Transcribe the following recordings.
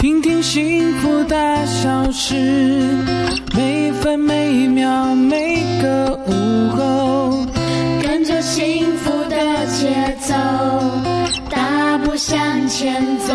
听听幸福大小事，每分每秒每个午后， 跟着幸福的节奏，大步向前走。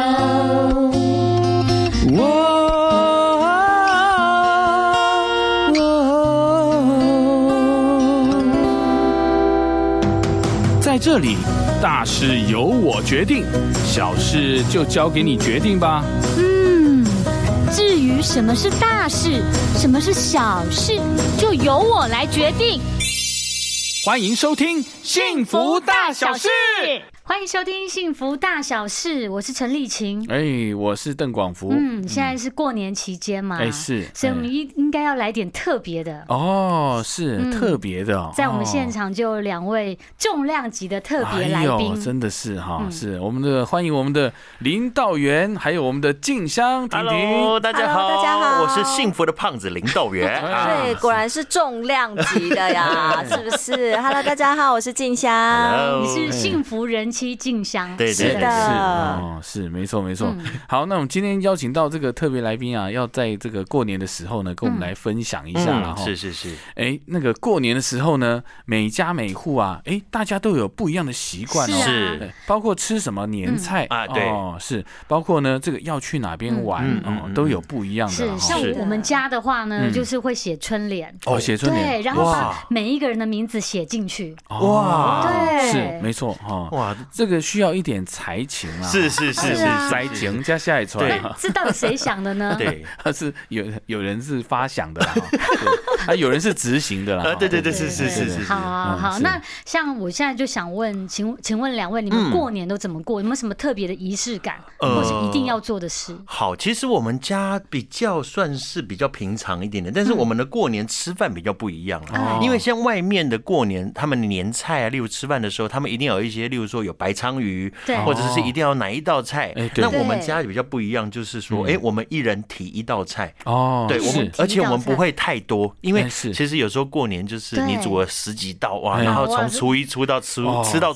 在这里，大事由我决定，小事就交给你决定吧。 至于什么是大事，什么是小事，就由我来决定。 欢迎收听《幸福大小事》。 欢迎收听《幸福大小事》，我是陈丽琴。 我是邓广福。 现在是过年期间嘛， 是， 所以我们应该要来点特别的是特别的哦。 在我们现场就有2位重量级的特别来宾， 真的是是我们的欢迎我们的林道元，还有我们的静香婷婷。 Hello， 大家好， 大家好， 我是幸福的胖子林道元。 对，果然是重量级的呀，是不是 ？Hello， 大家好，我是静香。 你是幸福人妻静香， 对是的， 是没错没错。好，那我们今天邀请到这个特别来宾啊，要在这个过年的时候呢，跟我们来分享一下啦。 是。 那个过年的时候呢，每家每户啊，大家都有不一样的习惯哦， 是， 包括吃什么年菜对， 是，包括呢这个要去哪边玩都有不一样的。 是，像我们家的话呢，就是会写春联写春联， 对，然后把每一个人的名字写进去。 哇， 对， 是没错哇，这个需要一点才情啊， 是， 才情加下一出来。 这到底谁想的呢？ 对， 他是有人是发想的啦，有人是执行的啦。 对，是。 好，那像我现在就想问，请问2位，你们过年都怎么过？有没有什么特别的仪式感，或是一定要做的事？ 好，其实我们家算是比较平常一点的，但是我们的过年吃饭比较不一样啦。因为像外面的过年，他们的年菜啊，例如吃饭的时候，他们一定有一些，例如说有白鲳鱼，或者是一定要哪一道菜。那我们家比较不一样，就是说，我们一人提1道菜。对，而且我们不会太多，因为其实有时候过年就是你煮了10几道哇，然后从初1吃到初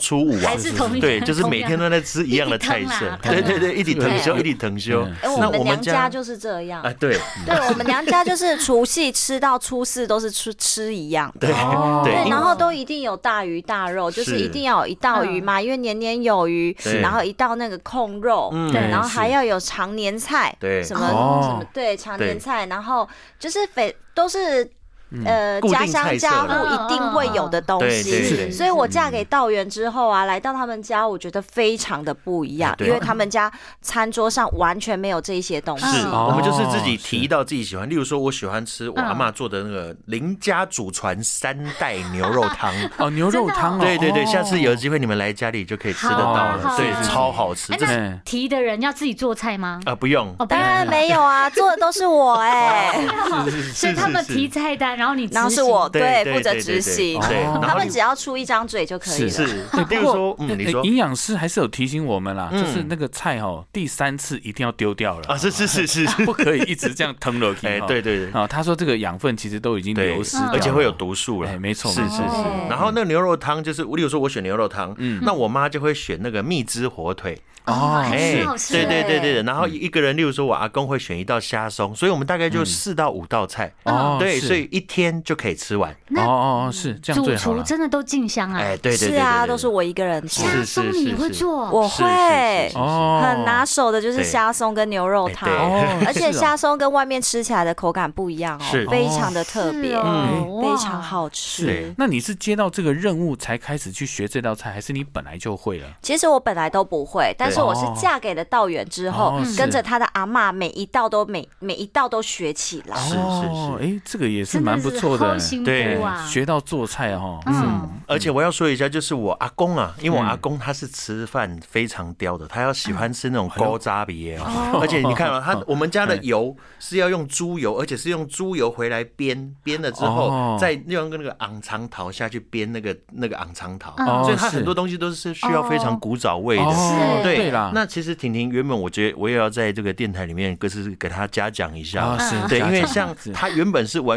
5啊，对，就是每天都在吃一样的菜色。对，一体腾休。 我们娘家就是这样啊， 对， 我们娘家就是除夕吃到初4都是吃一样的。 对， 然后都一定有大鱼大肉，就是一定要有1道鱼嘛，因为年年有余，然后1道那个控肉，然后还要有常年菜，什么对常年菜，然后就是都是家乡家户一定会有的东西，所以我嫁给道元之后啊，来到他们家，我觉得非常的不一样，因为他们家餐桌上完全没有这些东西。 我们就是自己提到自己喜欢，例如说我喜欢吃我阿嬷做的那个林家祖传3代牛肉汤。 牛肉汤对，下次有机会你们来家里就可以吃得到了，对，超好吃。 那提的人要自己做菜吗？ 不用， 当然没有啊，做的都是我所以他们提菜单。然后是我负责执行，他们只要出1张嘴就可以了。 是，比如说，你说营养师还是有提醒我们啦，就是那个菜第3次一定要丢掉了是， 不可以一直这样腾落去。 对他说这个养分其实都已经流失， 而且会有毒素了。 没错， 是。然后那个牛肉汤就是，例如说我选牛肉汤，那我妈就会选那个蜜汁火腿。对，然后一个人，例如说我阿公会选1道虾松，所以我们大概就4到5道菜，对，所以1天就可以吃完。 是这样最好了。 主厨真的都静香啊， 对， 是啊，都是我一个人做。 虾松你会做？ 我会，很拿手的就是虾松跟牛肉汤，而且虾松跟外面吃起来的口感不一样非常的特别，非常好吃。 那你是接到这个任务才开始去学这道菜，还是你本来就会了？ 其实我本来都不会，但是我是嫁给了道元之后，跟着他的阿嬷，每一道都学起来。 这个也是蛮不错的， 对， 学到做菜而且我要说一下，就是我阿公啊，因为我阿公他是吃饭非常刁的，他要喜欢吃那种高渣比而且你看我们家的油是要用猪油，而且是用猪油回来煸了之后，再用那个昂长桃下去煸那个昂长桃，所以它很多东西都是需要非常古早味的。对啦，那其实婷婷原本我觉得我也要在这个电台里面就是给他嘉奖一下，对，因为像他原本是完全不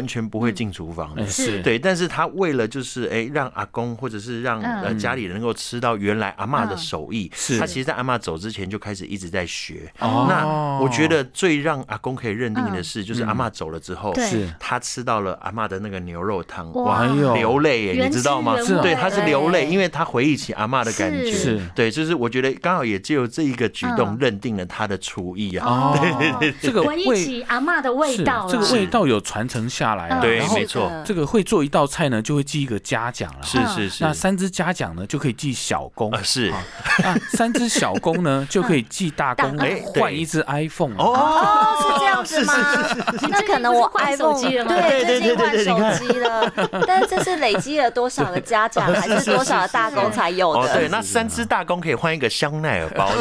会进厨房的， 是对。但是他为了就是让阿公或者是让家里人能够吃到原来阿嬷的手艺，他其实在阿嬷走之前就开始一直在学。那我觉得最让阿公可以认定的是，就是阿嬷走了之后，他吃到了阿嬷的那个牛肉汤，哇，流泪耶，你知道吗？对，他是流泪，因为他回忆起阿嬷的感觉。对，就是我觉得刚好也只有这一个举动认定了他的厨艺啊。对， 这个回忆起阿嬷的味道， 这个味道有传承下来。 对，没错。 这个会做一道菜呢，就会记一个嘉奖了。 是。 那3只嘉奖呢，就可以记小功。 是。 那3只小功呢，就可以记大功，换1只 iPhone。 哦，是这样子吗？那可能我 iPhone 对最近换手机了，但是这是累积了多少的嘉奖，还是多少的大功才有的？ 对，那3只大功可以换一个香奈儿包。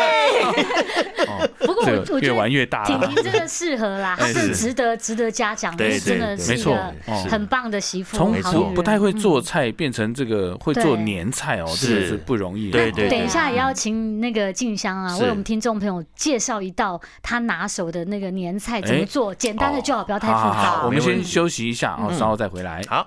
不过我觉得越玩越大， 婷婷真的适合啦，她是值得嘉奖的，真的是一个很棒的媳妇。 从不太会做菜变成这个会做年菜哦，这个是不容易的。 对，等一下也要请那个静香啊，为我们听众朋友介绍一道她拿手的那个年菜怎么做，简单的就好，不要太复杂。 我们先休息一下，稍后再回来。 好。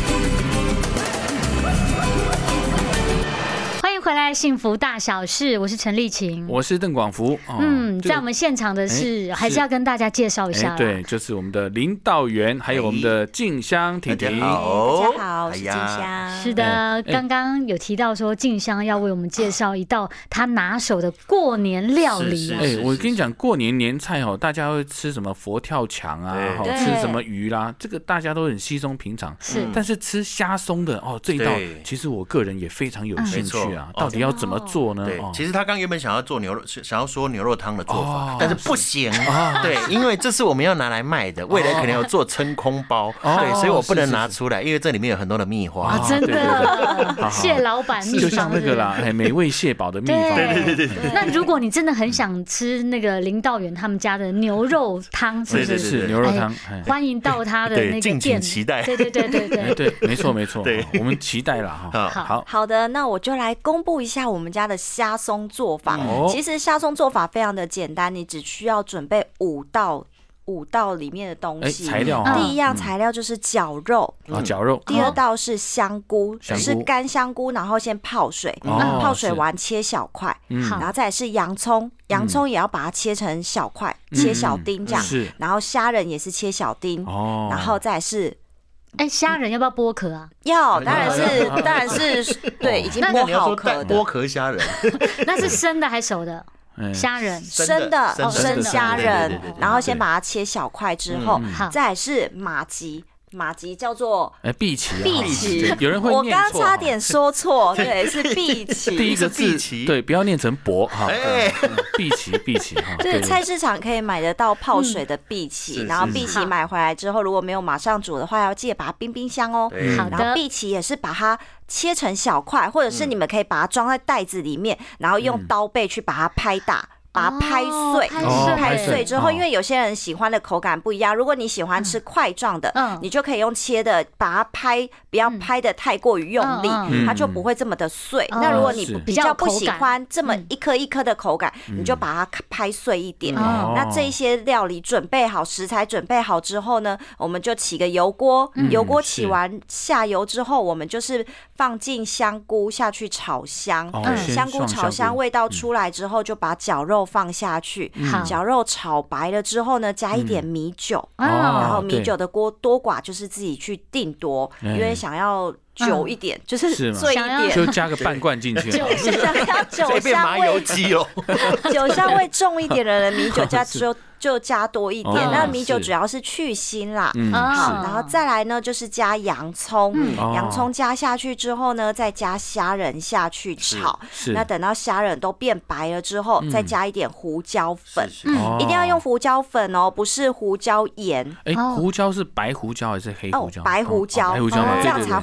回来幸福大小事，我是陈丽琴， 我是邓广福。 在我们现场的是还是要跟大家介绍一下， 对，就是我们的林道元，还有我们的静香婷婷。 大家好，我是静香。 是的，刚刚有提到说静香要为我们介绍一道她拿手的过年料理。 我跟你讲，过年年菜哦，大家会吃什么佛跳墙啊，吃什么鱼啦，这个大家都很稀松平常。 是， 但是吃虾松的这一道，其实我个人也非常有兴趣啊。到底要怎么做呢？ 对，其实他刚原本想要说牛肉汤的做法，但是不行。对，因为这是我们要拿来卖的，未来可能要做真空包，对，所以我不能拿出来，因为这里面有很多的秘方。 真的，谢老板秘方， 就像那个啦，美味蟹堡的秘方。 对。 那如果你真的很想吃那个林道元他们家的牛肉汤，是不是？ 是牛肉汤， 欢迎到他的那个敬请期待。 对，没错，我们期待啦。 好的，那我就来公布一下我们家的虾松做法。其实虾松做法非常的简单，你只需要准备5道里面的东西。 材料， 第一样材料就是绞肉， 绞肉。 第2道是香菇，是干香菇，然后先泡水，泡水完切小块，然后再来是洋葱，洋葱也要把它切成小块，切小丁这样。然后虾仁也是切小丁，然后再来是。 虾仁要不要剥壳啊？ 要，当然是，对，已经剥好壳的。 剥壳虾仁， 那是生的还是熟的？虾仁， 生虾仁，然后先把它切小块之后，再来是马吉。马吉叫做碧琪， 有人会念错，我刚差点说错，对，是碧琪。 第一个字对，不要念成博哈。碧琪哈。 对，菜市场可以买得到泡水的碧琪，然后碧琪买回来之后，如果没有马上煮的话，要记得把它冰箱哦。 好的。 然后碧琪也是把它切成小块，或者是你们可以把它装在袋子里面，然后用刀背去把它拍大。把它拍碎，拍碎之后，因为有些人喜欢的口感不一样。如果你喜欢吃块状的，你就可以用切的，把它拍，不要拍的太过于用力，它就不会这么的碎。那如果你比较不喜欢这么一颗一颗的口感，你就把它拍碎一点。那这些料理准备好，食材准备好之后呢，我们就起个油锅，油锅起完下油之后，我们就是放进香菇下去炒香，香菇炒香味道出来之后，就把绞肉放下去，绞肉炒白了之后呢，加一点米酒，然后米酒的多寡就是自己去定夺，因为想要久一点，就是醉一点， 就加个半罐进去， 想要酒香味，酒香味重一点的人，米酒就加多一点。那米酒主要是去腥啦。好，然后再来呢，就是加洋葱，洋葱加下去之后呢，再加虾仁下去炒。那等到虾仁都变白了之后，再加一点胡椒粉，一定要用胡椒粉哦，不是胡椒盐。 胡椒是白胡椒还是黑胡椒？ 白胡椒，这样才会香。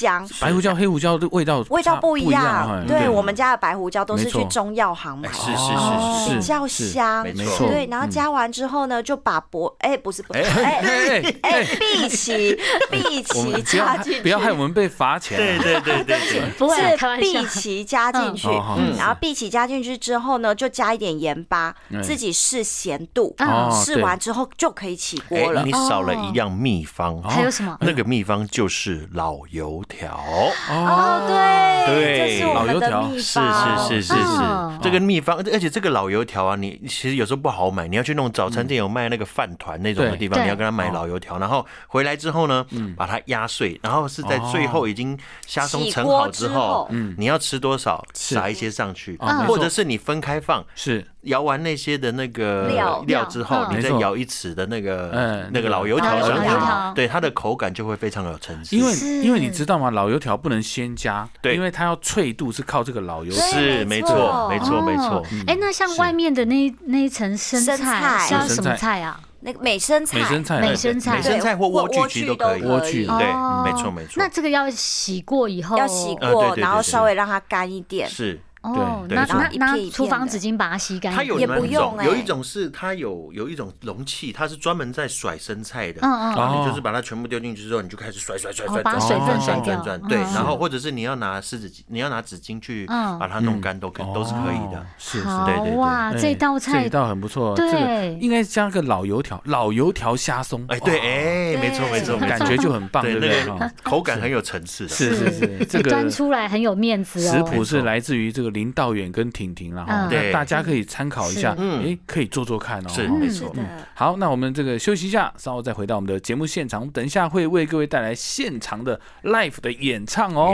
香。 白胡椒、黑胡椒的味道不一样。对，我们家的白胡椒都是去中药行买的， 是比较香。 没错。 对，然后加完之后呢，就把荸荠加进去， 不要害我们被罚钱。 对， 不是荸荠加进去，然后荸荠加进去之后呢，就加一点盐巴，自己试咸度，试完之后就可以起锅了。 你少了一样秘方， 还有什么？ 那个秘方就是老油条。 对，这是我们的秘方。 是，这个秘方，而且这个老油条啊，你其实有时候不好买，你要去那种早餐店有卖那个饭团那种的地方，你要跟他买老油条，然后回来之后呢，把它压碎，然后是在最后已经虾松盛好之后，你要吃多少撒一些上去，或者是你分开放， 是摇完那些的那个料之后，你再舀一匙的那个老油条上去，对，它的口感就会非常有层次。 因为你知道吗？老油条不能先加，对，因为它要脆度是靠这个老油条。 是，没错。 那像外面的那一层生菜是要什么菜啊？ 那个美生菜或莴苣其实都可以。 莴苣， 对，没错。 那这个要洗过以后， 然后稍微让它干一点。 是。 拿厨房纸巾把它吸干， 也不用。 有一种是它有一种容器，它是专门在甩生菜的。你就是把它全部丢进去之后，你就开始甩， 把水分甩掉。 对，然后或者是你要拿湿纸巾，你要拿纸巾去把它弄干，都是可以的。 是， 对。哇，这道菜很不错。 对， 这个应该加个老油条虾松。 对，没错， 感觉就很棒，对不对？ 口感很有层次的。 是，这个端出来很有面子哦。 食谱是来自于这个林道远跟婷婷啦，那大家可以参考一下，可以做看哦。 是，没错。 好，那我们这个休息一下，稍后再回到我们的节目现场。等一下会为各位带来现场的 live 的演唱哦。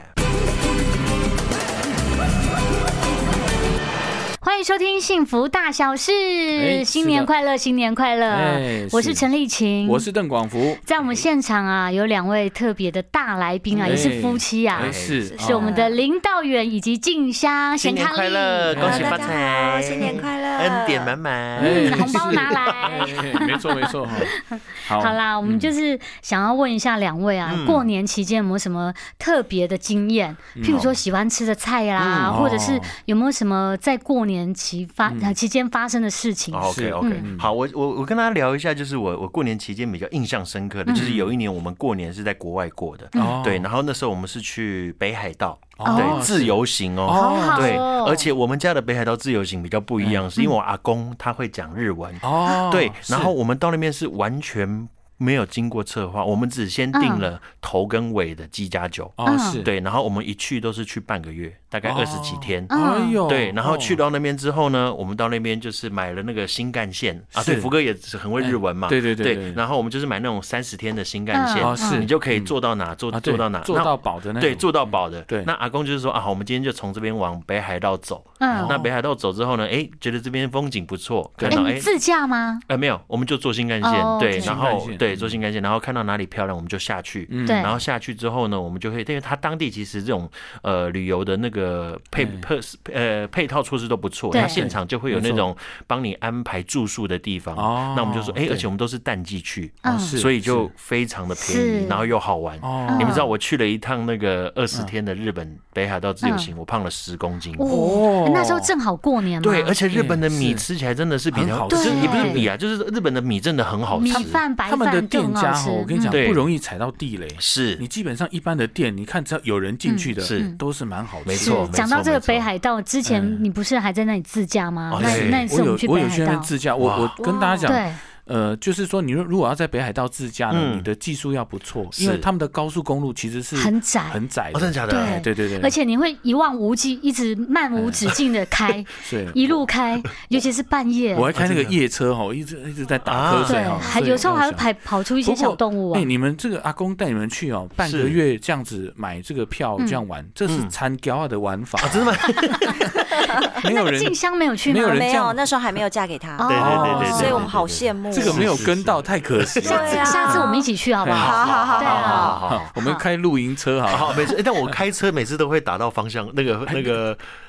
欢迎收听《幸福大小事》，新年快乐，新年快乐！我是陈丽琴， 我是邓广福。 在我们现场啊，有2位特别的大来宾啊，也是夫妻啊，是我们的林道远以及静香， 新年快乐，恭喜发财， 新年快乐， 恩典满满， 红包拿来， 没错。 好啦，我们就是想要问一下2位啊，过年期间有没有什么特别的经验？譬如说喜欢吃的菜啦，或者是有没有什么在过年期间发生的事情。 OK， 好，我跟大家聊一下，就是我过年期间比较印象深刻的，就是有一年我们过年是在国外过的，对，然后那时候我们是去北海道，对，自由行哦，对，而且我们家的北海道自由行比较不一样，是因为我阿公他会讲日文，对，然后我们到那边是完全没有经过策划，我们只先订了头跟尾的机加酒，对，然后我们一去都是去半个月，大概20几天，对，然后去到那边之后呢，我们到那边就是买了那个新干线啊，对，福哥也是很会日文嘛，对，然后我们就是买那种30天的新干线，你就可以坐到哪坐到哪， 坐到饱的那种， 对，坐到饱的，对。那阿公就是说啊，我们今天就从这边往北海道走，那北海道走之后呢，觉得这边风景不错，看到自驾吗？ 没有，我们就坐新干线，对，然后对。坐新干线，然后看到哪里漂亮，我们就下去。然后下去之后呢，我们就会，因为它当地其实这种旅游的那个配套措施都不错，它现场就会有那种帮你安排住宿的地方。那我们就说，而且我们都是淡季去，所以就非常的便宜，然后又好玩。你们知道我去了一趟那个20天的日本北海道自由行，我胖了10公斤。 那时候正好过年嘛。 对，而且日本的米吃起来真的是比较好吃，也不是米啊，就是日本的米真的很好吃， 米饭白饭。 店家我跟你讲不容易踩到地雷， 是你基本上一般的店，你看只要有人进去的，都是蛮好的。 没错。 讲到这个北海道之前，你不是还在那里自驾吗？那一次我们去北海道， 我有去那边自驾，我跟大家讲。就是说，你如果要在北海道自驾呢，你的技术要不错，因为他们的高速公路其实是很窄的， 真的假的？ 对， 而且你会一望无际，一直漫无止境的开，一路开，尤其是半夜。 我还开那个夜车哈，一直在打瞌睡哈， 还有时候还会跑出一些小动物啊。 你们这个阿公带你们去哦，半个月这样子买这个票这样玩，这是参骄的玩法， 真的吗？ 没有人静香没有去吗？ 没有，那时候还没有嫁给他， 对， 所以我们好羡慕。 这个没有跟到，太可惜了。 下次我们一起去好不好？ 好， 我们开露营车好。 每次，但我开车每次都会打到方向那个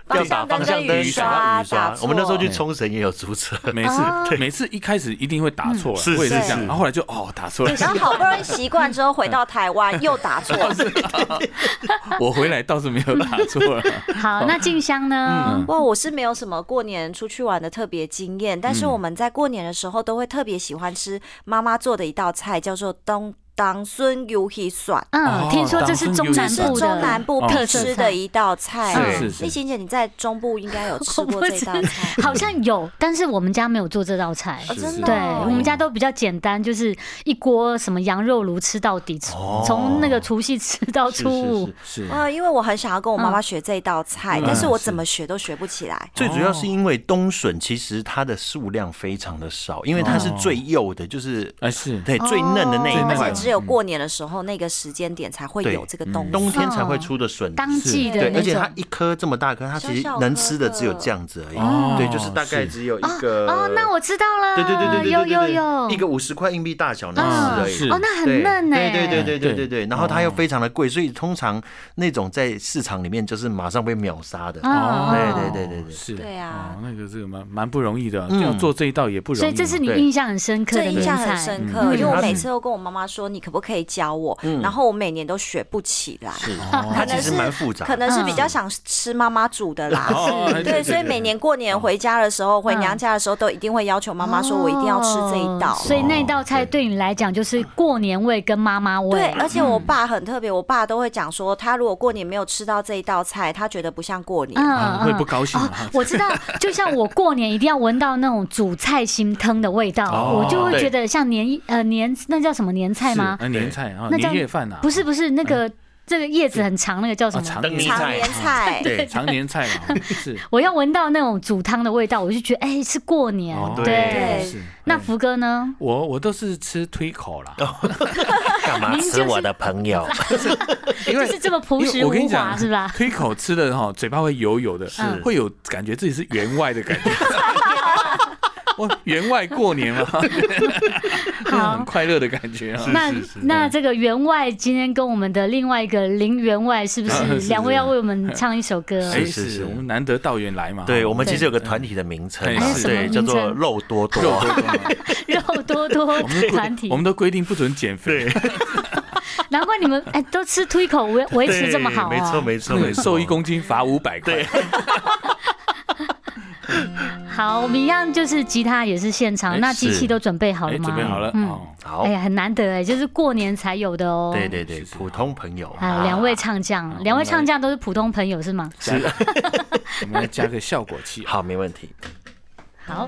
要打方向灯、雨刷。我们那时候去冲绳也有租车， 每次一开始一定会打错了，我也是这样，然后后来就打错了， 然后好不容易习惯之后回到台湾又打错了。 我回来倒是没有打错了。 好，那静香呢？ 我是没有什么过年出去玩的特别经验，但是我们在过年的时候都会特别喜欢吃妈妈做的一道菜，叫做当孙油鱼蒜。 听说这是中南部特吃的一道菜。 是丽琴姐，你在中部应该有吃过这道菜。 好像有，但是我们家没有做这道菜。 真的？ 对，我们家都比较简单，就是一锅什么羊肉炉吃到底，从那个除夕吃到初五。 是因为我很想要跟我妈妈学这一道菜，但是我怎么学都学不起来。 最主要是因为冬笋其实它的数量非常的少，因为它是最幼的，就是对最嫩的那一块。 只有过年的时候那个时间点才会有这个冬天才会出的笋， 当季的对，而且它一颗这么大颗，它其实能吃的只有这样子而已。对，就是大概只有一个。 那我知道了。 对， 有一个50块硬币大小能吃而已。 那很嫩哎。对，然后它又非常的贵，所以通常那种在市场里面就是马上被秒杀的。对， 是。 对啊， 那个这个蛮不容易的，要做这一道也不容易。 所以这是你印象很深刻的年菜。 印象很深刻，因为我每次都跟我妈妈说，你可不可以教我？然后我每年都学不起来。 它其实蛮复杂， 可能是比较想吃妈妈煮的啦。对，所以每年过年回家的时候，回娘家的时候，都一定会要求妈妈说，我一定要吃这一道。 所以那道菜对你来讲就是过年味跟妈妈味。 对，而且我爸很特别，我爸都会讲说，他如果过年没有吃到这一道菜，他觉得不像过年， 会不高兴。 我知道，就像我过年一定要闻到那种煮菜心汤的味道，我就会觉得像年那叫什么年菜吗？ 年菜啊，年夜饭啊？ 不是那个。这个叶子很长，那个叫什么？ 长年菜。 对，长年菜嘛。是。 我要闻到那种煮汤的味道，我就觉得是过年。对。那福哥呢？ 我都是吃推口啦。 干嘛吃我的朋友？ 就是这么朴实无华，是吧？ 推口吃的嘴巴会油油的，会有感觉自己是员外的感觉。员外过年嘛，很快乐的感觉。 那这个员外今天跟我们的另外一个林员外，是不是两位要为我们唱一首歌？ 是，我们难得道远来嘛。 对，我们其实有个团体的名称，对，叫做肉多多。 肉多多团体， 我们都规定不准减肥。 难怪你们都吃推口维持这么好。 没错， 瘦1公斤罚500块。 好，我们一样就是吉他也是现场，那机器都准备好了吗？ 准备好了。 好。哎呀，很难得就是过年才有的哦。 对，普通朋友。 两位唱将都是普通朋友是吗？ 是。我们来加个效果器。 好，没问题。 好。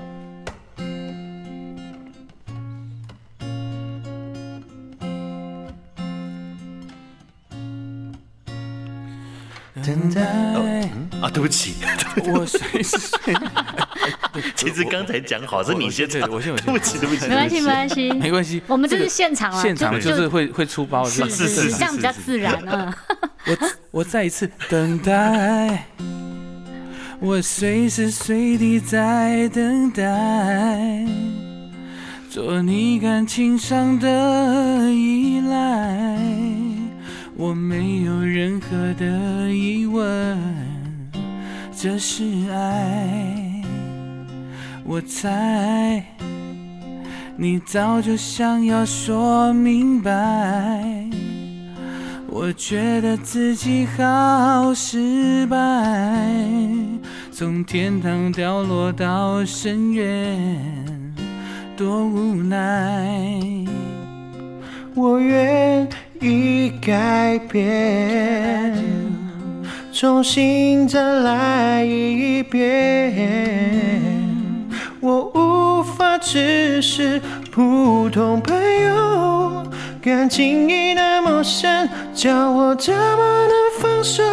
等待对不起， 我谁？ 其实刚才讲好是你先唱， 我先。 对不起， 没关系。我们这是现场啊， 现场就是会出包， 是这样比较自然啊。 我再一次等待，我随时随地在等待，做你感情上的依赖。我没有任何的疑问，这是爱。我猜你早就想要说明白，我觉得自己好失败，从天堂掉落到深渊，多无奈。 我愿意改变，重新再来一遍。我无法只是普通朋友，感情已那么深，叫我怎么能放手？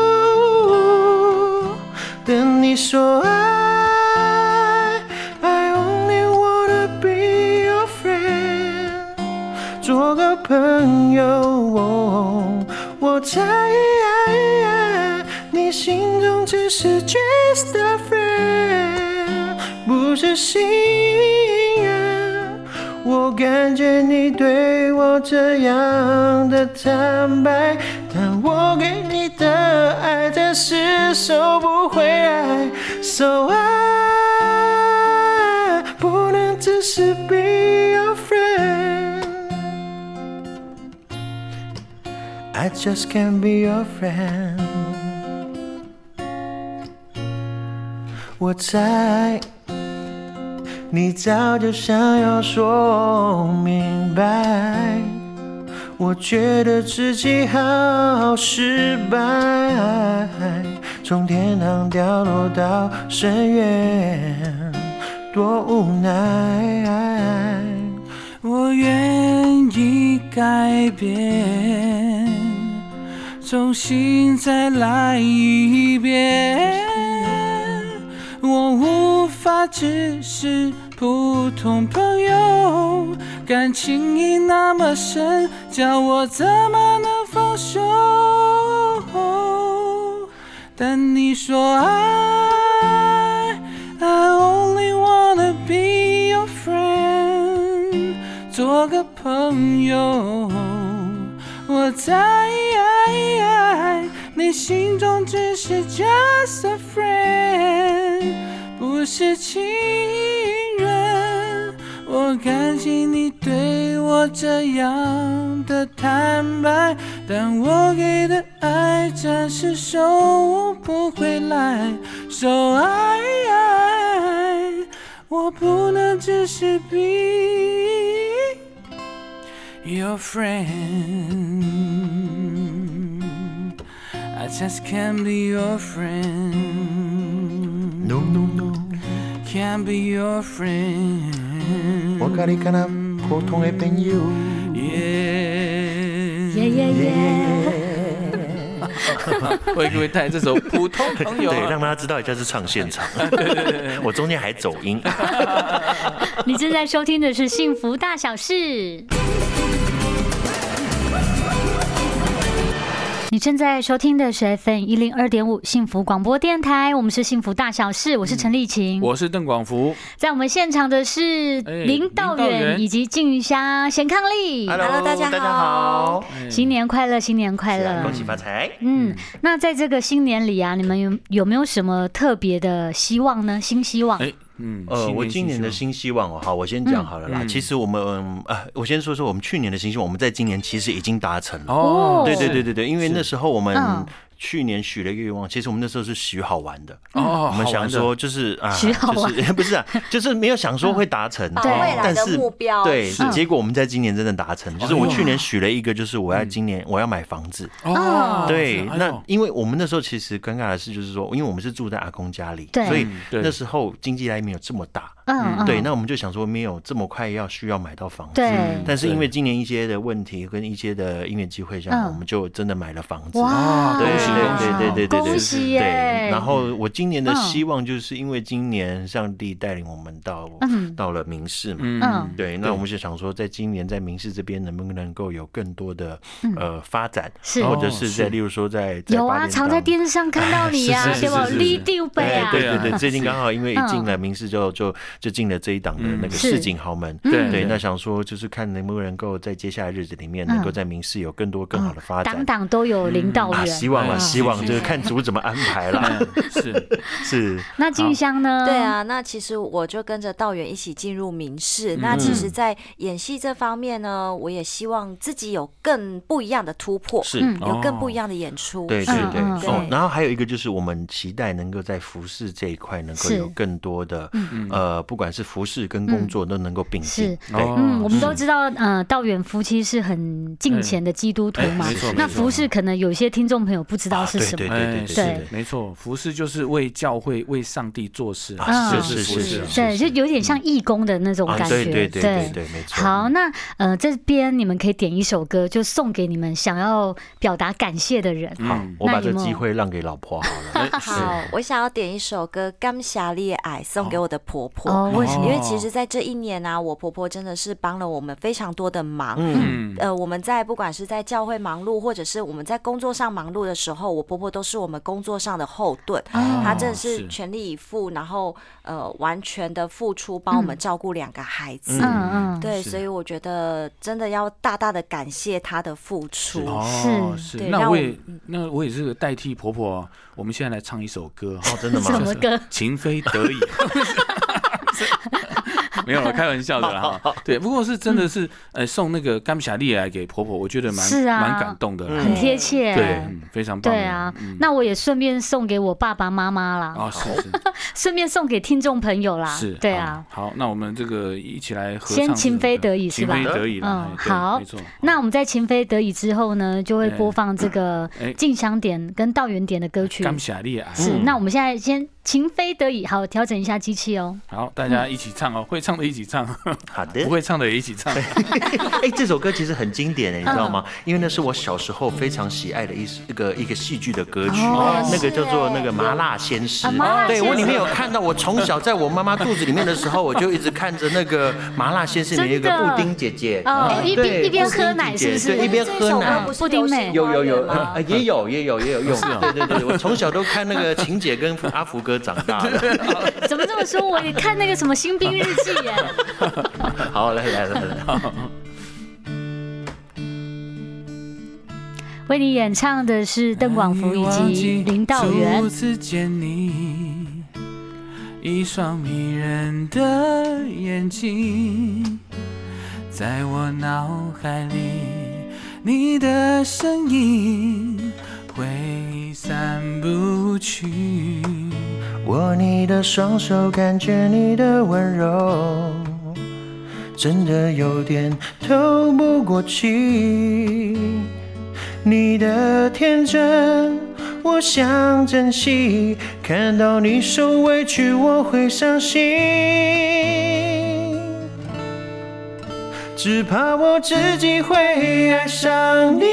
等你说爱 I only wanna be your friend， 做个朋友，我猜你心中只是 just a friend， 不是信任。我感觉你对我这样的坦白，但我给你的爱，这是接受不回来 ，So I 不能只是 be your friend。I just can't be your friend。我猜你早就想要说明白，我觉得自己好失败，从天堂掉落到深渊，多无奈。 我愿意改变，重新再来一遍。我无法只是普通朋友，感情已那么深，叫我怎么能放手？但你说I only wanna be your friend， 做个朋友。我在你心中只是 just a friend， 不是情人。我感激你对我这样的坦白，但我给的爱暂时收不回来。So我不能只是 be your friend，I just can't be your friend. No no no， can't be your friend. 我跟你可能普通的朋友。 我也会带这首《普通朋友》， 对，让大家知道一下是唱现场。我中间还走音。 你正在收听的是《幸福大小事》。你正在收听的是 FM 102.5幸福广播电台，我们是幸福大小事，我是陈丽琴， 我是邓广福， 在我们现场的是林道远以及静瑜香、贤伉俪。 Hello， 大家好， 新年快乐，新年快乐， 恭喜发财。 那在这个新年里啊，你们有没有什么特别的希望呢？新希望？ 我今年的新希望好，我先讲好了啦。其实我们我先说说我们去年的新希望，我们在今年其实已经达成了。 哦， 对，因为那时候我们去年许了愿望，其实我们那时候是许好玩的。我们想说就是许好玩， 不是就是没有想说会达成， 对，未来的目标。 对，结果我们在今年真的达成。就是我去年许了一个，就是我要今年我要买房子。对，那因为我们那时候其实尴尬的是，就是说，因为我们是住在阿公家里，所以那时候经济来没有这么大。对，那我们就想说没有这么快需要买到房子。但是因为今年一些的问题跟一些的音乐机会下，我们就真的买了房子。 哇， 对， 恭喜耶！ 对，然后我今年的希望就是因为今年上帝带领我们到了民视嘛，对，那我们就想说，在今年在民视这边能不能够有更多的发展，或者是在例如说在有啊，常在电视上看到你啊，对吧？立丢杯啊， 对，最近刚好因为一进了民视就进了这一档的那个市井豪门，对，那想说就是看能不能够在接下来日子里面能够在民视有更多更好的发展， 档档都有领导员， 希望就是看主怎么安排啦。是。 那静香呢？ 对啊，那其实我就跟着道远一起进入民视。那其实，在演戏这方面呢，我也希望自己有更不一样的突破，有更不一样的演出。 对。然后还有一个就是我们期待能够在服饰这一块能够有更多的不管是服饰跟工作都能够并进。 我们都知道道远夫妻是很敬虔的基督徒嘛。那服饰可能有些听众朋友不知道是什么。 对，没错，服饰就是为教会、为上帝做事， 就是服饰。 对，就有点像义工的那种感觉。 对，没错。 好，那这边你们可以点一首歌，就送给你们想要表达感谢的人。 好，我把这机会让给老婆好了。 好，我想要点一首歌《感谢你的爱》，送给我的婆婆。为什么？因为其实在这一年啊，我婆婆真的是帮了我们非常多的忙。我们在不管是在教会忙碌，或者是我们在工作上忙碌的时候， 候，我婆婆都是我们工作上的后盾，她真的是全力以赴，然后完全的付出，帮我们照顾2个孩子。对，所以我觉得真的要大大的感谢她的付出。 是。那我也是代替婆婆，我们现在来唱一首歌。 真的吗？ 什么歌？ 情非得已。没有了，开玩笑的啦。对，不过是真的是，送那个甘霞丽来给婆婆，我觉得蛮感动的， 很贴切， 对，非常棒。 对啊，那我也顺便送给我爸爸妈妈啦。是，顺便送给听众朋友啦。是，对啊。好，那我们这个一起来合唱。先情非得已是吧？情非得已啦。 好，那我们在情非得已之后呢，就会播放这个进香点跟道元点的歌曲。 甘霞丽啊。 是，那我们现在先情非得已，好，调整一下机器哦。 好，大家一起唱哦，会唱的一起唱， 好的， 不会唱的也一起唱。 这首歌其实很经典你知道吗？因为那是我小时候非常喜爱的一个戏剧的歌曲，那个叫做那个麻辣鲜师。对，我里面有看到，我从小在我妈妈肚子里面的时候，我就一直看着那个麻辣鲜师里面有一个布丁姐姐， 一边喝奶是不是？ 对，一边喝奶。 布丁妹有，也有用。对，我从小都看那个晴姐跟阿福哥长大的。 怎么这么说？我也看那个什么《新兵日记》耶。 好，来。 为你演唱的是邓广福以及林道元。 初次见你，一双迷人的眼睛，在我脑海里，你的身影挥散不去。 握你的双手，感觉你的温柔，真的有点透不过气。你的天真，我想珍惜，看到你受委屈，我会伤心。只怕我自己会爱上你，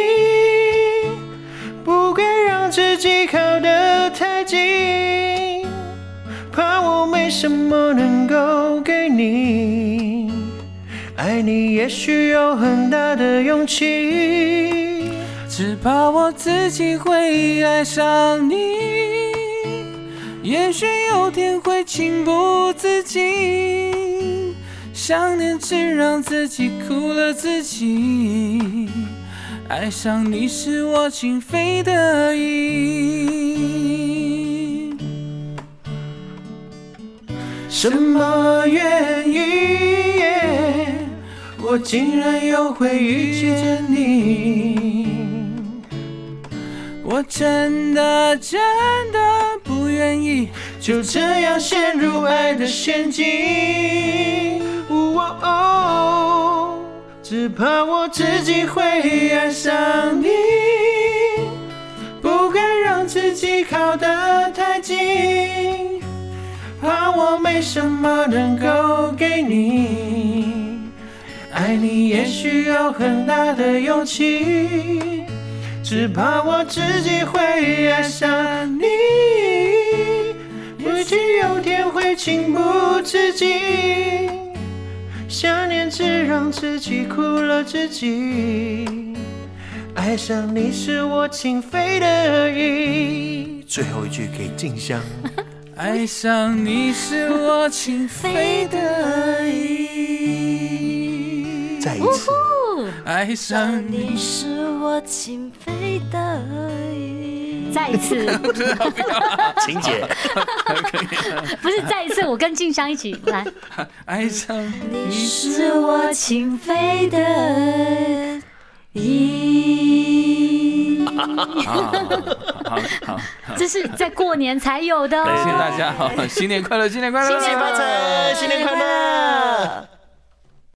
不该让自己靠得太近，怕我没什么能够给你，爱你也需要很大的勇气。 只怕我自己会爱上你，也许有天会情不自禁，想念只让自己哭了自己，爱上你是我情非得已。 什么原因，我竟然又会遇见你？ 我真的不愿意就这样陷入爱的陷阱。只怕我自己会爱上你，不该让自己靠得太近，怕我没什么能够给你，爱你也需要很大的勇气。只怕我自己会爱上你，也许有天会情不自禁，想念只让自己哭了自己，爱上你是我情非得已。最后一句给静香。 爱上你是我情非得已。 再一次。 爱上你是我情非得已。 再一次， 晴姐， 不是再一次，我跟静香一起来。 爱上你是我情非得已。 好， 这是在过年才有的。 感谢大家，新年快乐，新年快乐， 新年发财，新年快乐。